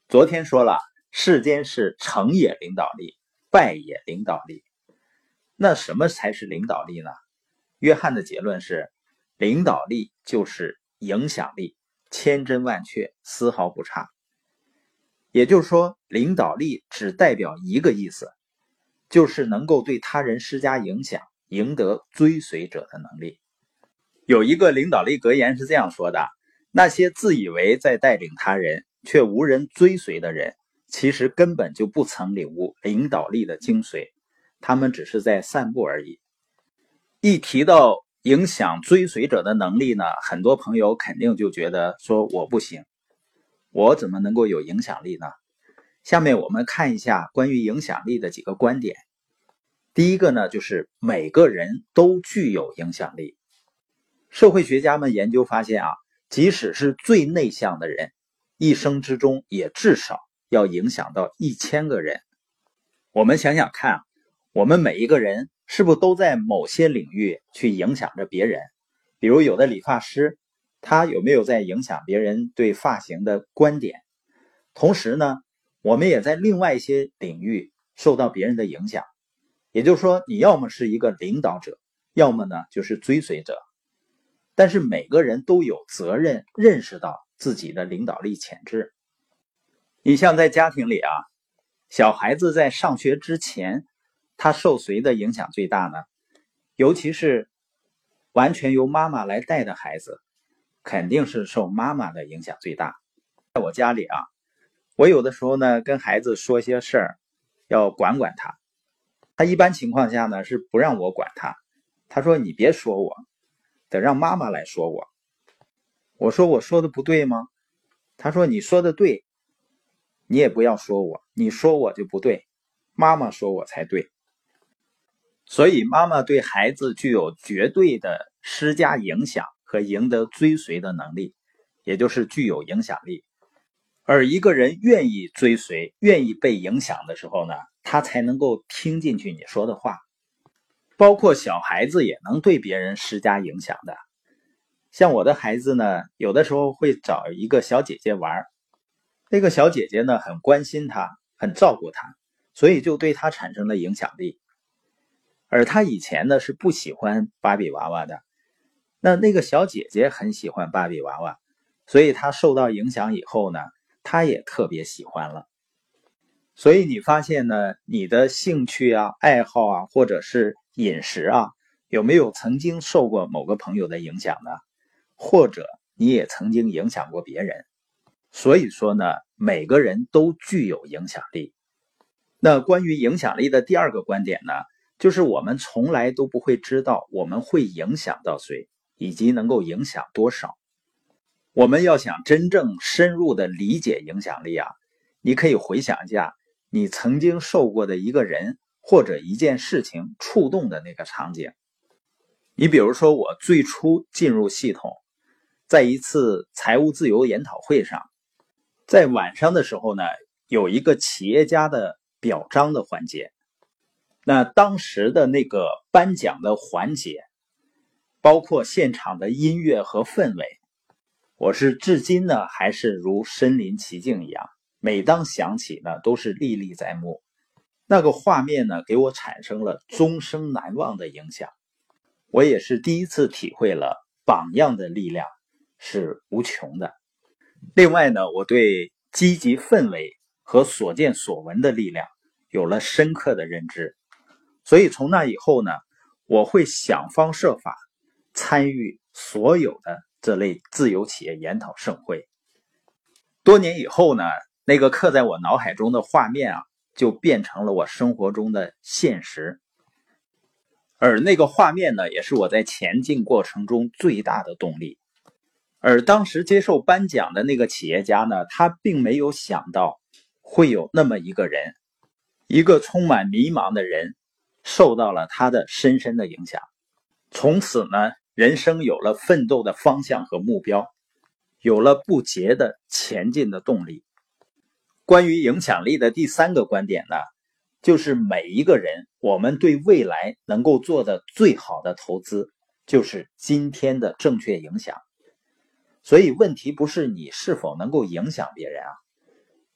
昨天说了，世间是成也领导力，败也领导力。那什么才是领导力呢？约翰的结论是，领导力就是影响力，千真万确，丝毫不差。也就是说，领导力只代表一个意思，就是能够对他人施加影响，赢得追随者的能力。有一个领导力格言是这样说的：那些自以为在带领他人却无人追随的人，其实根本就不曾领悟领导力的精髓，他们只是在散步而已。一提到影响追随者的能力呢，很多朋友肯定就觉得说我不行，我怎么能够有影响力呢？下面我们看一下关于影响力的几个观点。第一个呢，就是每个人都具有影响力。社会学家们研究发现即使是最内向的人，一生之中也至少要影响到1000个人。我们想想看，我们每一个人是不是都在某些领域去影响着别人？比如有的理发师，他有没有在影响别人对发型的观点？同时呢，我们也在另外一些领域受到别人的影响。也就是说，你要么是一个领导者，要么呢就是追随者。但是每个人都有责任认识到自己的领导力潜质。你像在家庭里小孩子在上学之前，他受谁的影响最大呢？尤其是完全由妈妈来带的孩子，肯定是受妈妈的影响最大。在我家里我有的时候呢跟孩子说些事儿，要管管他。他一般情况下呢是不让我管他，他说你别说我，得让妈妈来说我。我说我说的不对吗？他说你说的对，你也不要说我，你说我就不对，妈妈说我才对。所以妈妈对孩子具有绝对的施加影响和赢得追随的能力，也就是具有影响力。而一个人愿意追随，愿意被影响的时候呢，他才能够听进去你说的话。包括小孩子也能对别人施加影响的。像我的孩子呢，有的时候会找一个小姐姐玩，那个小姐姐呢很关心他，很照顾他，所以就对他产生了影响力。而他以前呢是不喜欢芭比娃娃的，那个小姐姐很喜欢芭比娃娃，所以他受到影响以后呢，他也特别喜欢了。所以你发现呢，你的兴趣爱好或者是饮食有没有曾经受过某个朋友的影响呢？或者你也曾经影响过别人？所以说呢，每个人都具有影响力。那关于影响力的第二个观点呢，就是我们从来都不会知道我们会影响到谁，以及能够影响多少。我们要想真正深入的理解影响力你可以回想一下你曾经受过的一个人或者一件事情触动的那个场景。你比如说我最初进入系统，在一次财务自由研讨会上，在晚上的时候呢，有一个企业家的表彰的环节。那当时的那个颁奖的环节，包括现场的音乐和氛围，我是至今呢还是如身临其境一样，每当想起呢都是历历在目。那个画面呢给我产生了终生难忘的影响。我也是第一次体会了榜样的力量是无穷的。另外呢，我对积极氛围和所见所闻的力量有了深刻的认知。所以从那以后呢，我会想方设法参与所有的这类自由企业研讨盛会。多年以后呢，那个刻在我脑海中的画面就变成了我生活中的现实。而那个画面呢，也是我在前进过程中最大的动力。而当时接受颁奖的那个企业家呢，他并没有想到会有那么一个人，一个充满迷茫的人，受到了他的深深的影响。从此呢，人生有了奋斗的方向和目标，有了不竭的前进的动力。关于影响力的第三个观点呢，就是每一个人，我们对未来能够做的最好的投资，就是今天的正确影响。所以问题不是你是否能够影响别人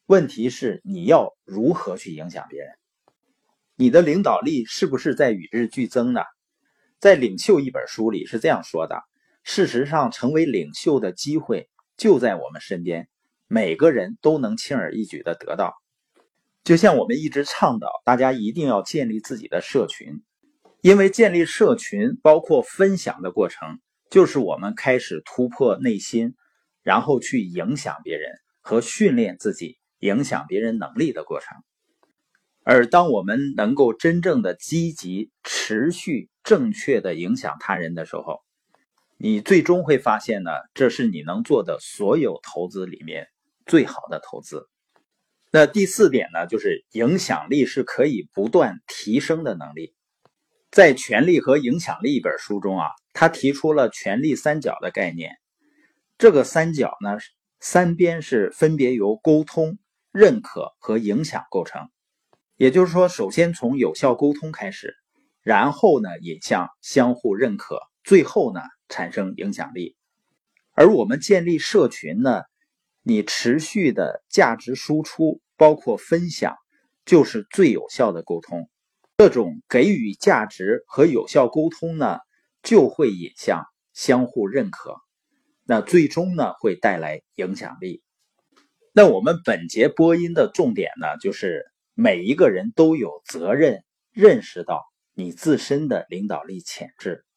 问题是你要如何去影响别人？你的领导力是不是在与日俱增呢？在《领袖》一本书里是这样说的，事实上成为领袖的机会就在我们身边，每个人都能轻而易举地得到。就像我们一直倡导大家一定要建立自己的社群，因为建立社群包括分享的过程，就是我们开始突破内心，然后去影响别人和训练自己影响别人能力的过程。而当我们能够真正的积极、持续、正确的影响他人的时候，你最终会发现呢，这是你能做的所有投资里面最好的投资。那第4点呢，就是影响力是可以不断提升的能力。在《权力和影响力》一本书中他提出了权力三角的概念。这个三角呢，3边是分别由沟通、认可和影响构成。也就是说，首先从有效沟通开始，然后呢引向相互认可，最后呢产生影响力。而我们建立社群呢，你持续的价值输出包括分享，就是最有效的沟通。这种给予价值和有效沟通呢，就会引向相互认可，那最终呢会带来影响力。那我们本节播音的重点呢，就是每一个人都有责任认识到你自身的领导力潜质。